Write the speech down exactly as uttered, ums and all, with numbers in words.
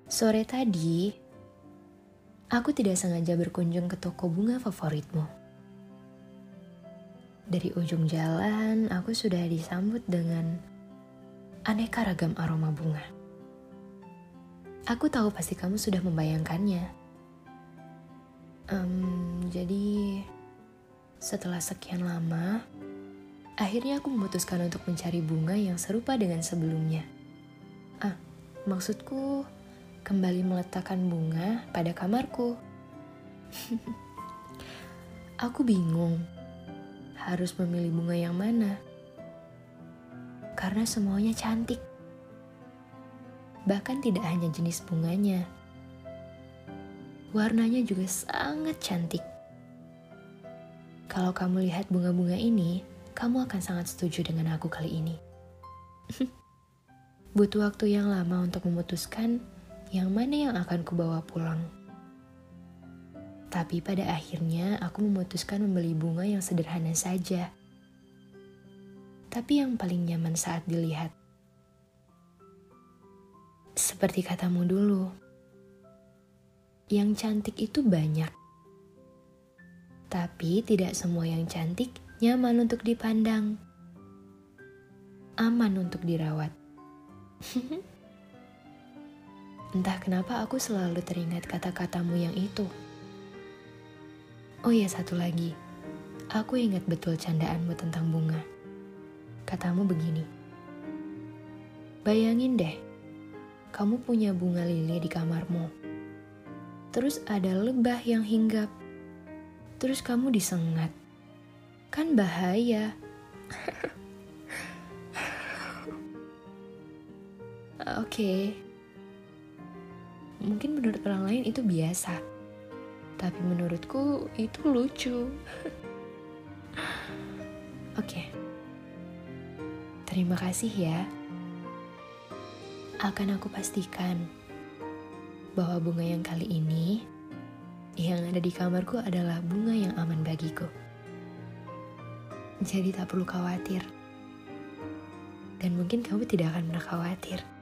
Sore tadi, aku tidak sengaja berkunjung ke toko bunga favoritmu. Dari ujung jalan, aku sudah disambut dengan aneka ragam aroma bunga. Aku tahu pasti kamu sudah membayangkannya. Um, jadi, setelah sekian lama, akhirnya aku memutuskan untuk mencari bunga yang serupa dengan sebelumnya. Ah, maksudku kembali meletakkan bunga pada kamarku. Aku bingung harus memilih bunga yang mana. Karena semuanya cantik. Bahkan tidak hanya jenis bunganya. Warnanya juga sangat cantik. Kalau kamu lihat bunga-bunga ini, kamu akan sangat setuju dengan aku kali ini. Butuh waktu yang lama untuk memutuskan yang mana yang akan kubawa pulang. Tapi pada akhirnya aku memutuskan membeli bunga yang sederhana saja. Tapi yang paling nyaman saat dilihat. Seperti katamu dulu, yang cantik itu banyak. Tapi tidak semua yang cantik nyaman untuk dipandang. Aman untuk dirawat. Entah kenapa aku selalu teringat kata-katamu yang itu. Oh iya, satu lagi. Aku ingat betul candaanmu tentang bunga. Katamu begini. Bayangin deh, kamu punya bunga lili di kamarmu. Terus ada lebah yang hinggap. Terus kamu disengat. Kan bahaya. Oke. Okay. Mungkin menurut orang lain itu biasa. Tapi menurutku itu lucu. Oke. Okay. Terima kasih ya. Akan aku pastikan bahwa bunga yang kali ini yang ada di kamarku adalah bunga yang aman bagiku. Jadi tak perlu khawatir. Dan mungkin kamu tidak akan pernah khawatir.